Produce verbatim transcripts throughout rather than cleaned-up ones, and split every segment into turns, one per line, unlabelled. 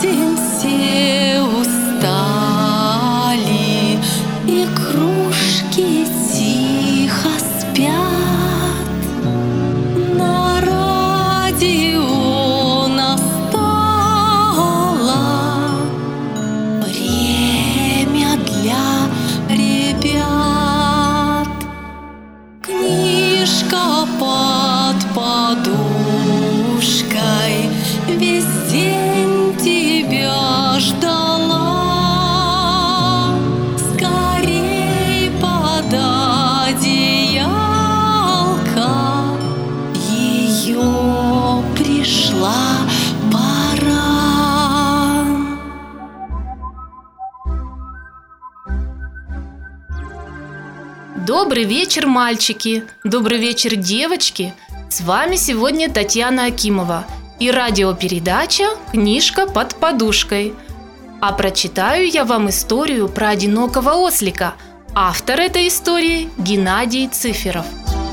день все устали, и кружки тихо спят. На радио настало время для ребят. Книжка под подушкой весь день тебя ждала. Скорей под одеялко, ее пришла пора.
Добрый вечер, мальчики! Добрый вечер, девочки! С вами сегодня Татьяна Акимова и радиопередача «Книжка под подушкой». А прочитаю я вам историю про одинокого ослика. Автор этой истории – Геннадий Циферов.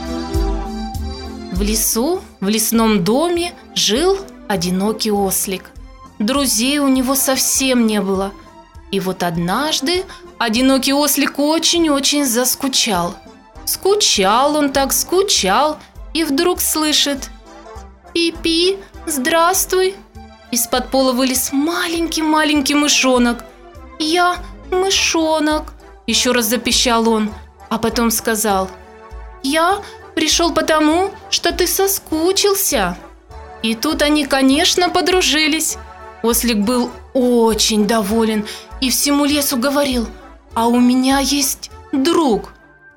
В лесу, в лесном доме жил одинокий ослик. Друзей у него совсем не было. И вот однажды одинокий ослик очень-очень заскучал. Скучал он так, скучал, и вдруг слышит: «Пи-пи, здравствуй!» Из-под пола вылез маленький-маленький мышонок. «Я мышонок!» Еще раз запищал он, а потом сказал: «Я пришел потому, что ты соскучился». И тут они, конечно, подружились. Ослик был очень доволен и всему лесу говорил: «А у меня есть друг».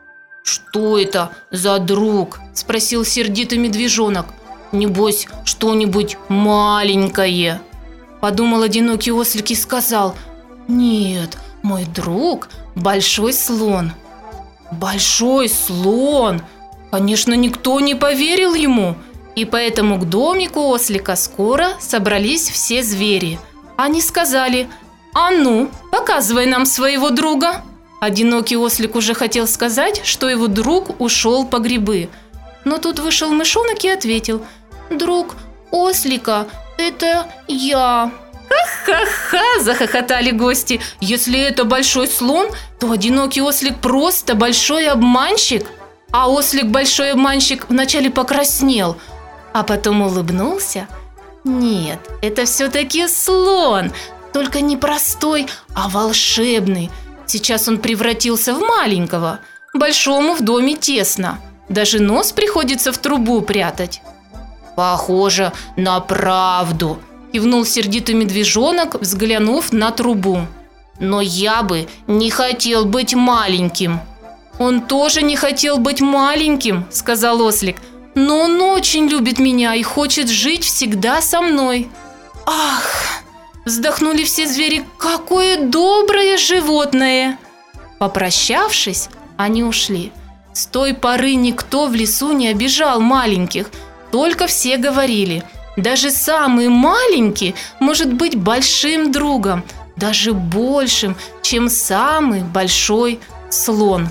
«Что это за друг?» – спросил сердитый медвежонок. «Небось, что-нибудь маленькое?» Подумал одинокий ослик и сказал: «Нет, мой друг – большой слон». «Большой слон?» Конечно, никто не поверил ему, и поэтому к домику ослика скоро собрались все звери. Они сказали: «А ну, показывай нам своего друга». Одинокий ослик уже хотел сказать, что его друг ушел по грибы. Но тут вышел мышонок и ответил: «Друг ослика – это я». «Ха-ха-ха!» – захохотали гости. «Если это большой слон, то одинокий ослик просто большой обманщик». А ослик большой обманщик вначале покраснел, а потом улыбнулся. «Нет, это все-таки слон, только не простой, а волшебный. Сейчас он превратился в маленького. Большому в доме тесно. Даже нос приходится в трубу прятать». «Похоже на правду», – кивнул сердитый медвежонок, взглянув на трубу. «Но я бы не хотел быть маленьким». «Он тоже не хотел быть маленьким», – сказал ослик, «но он очень любит меня и хочет жить всегда со мной». «Ах!» – вздохнули все звери, «какое доброе животное!» Попрощавшись, они ушли. С той поры никто в лесу не обижал маленьких, только все говорили: даже самый маленький может быть большим другом, даже большим, чем самый большой слон.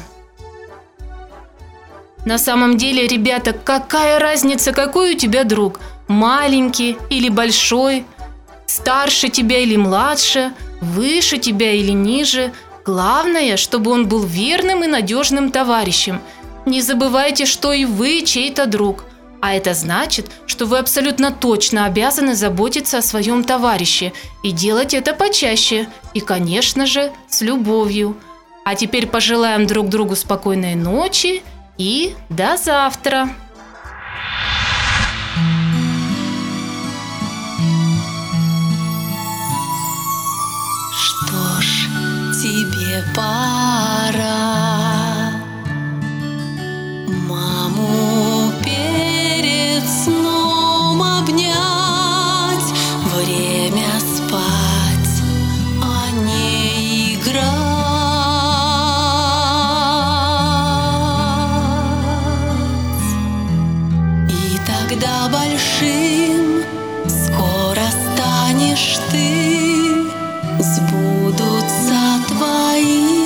На самом деле, ребята, какая разница, какой у тебя друг? Маленький или большой? Старше тебя или младше? Выше тебя или ниже? Главное, чтобы он был верным и надежным товарищем. Не забывайте, что и вы чей-то друг. А это значит, что вы абсолютно точно обязаны заботиться о своем товарище и делать это почаще. И, конечно же, с любовью. А теперь пожелаем друг другу спокойной ночи и до завтра!
Что ж, тебе пора маму перед сном обнять. Время спать, а не играть. Когда большим скоро станешь ты, сбудутся твои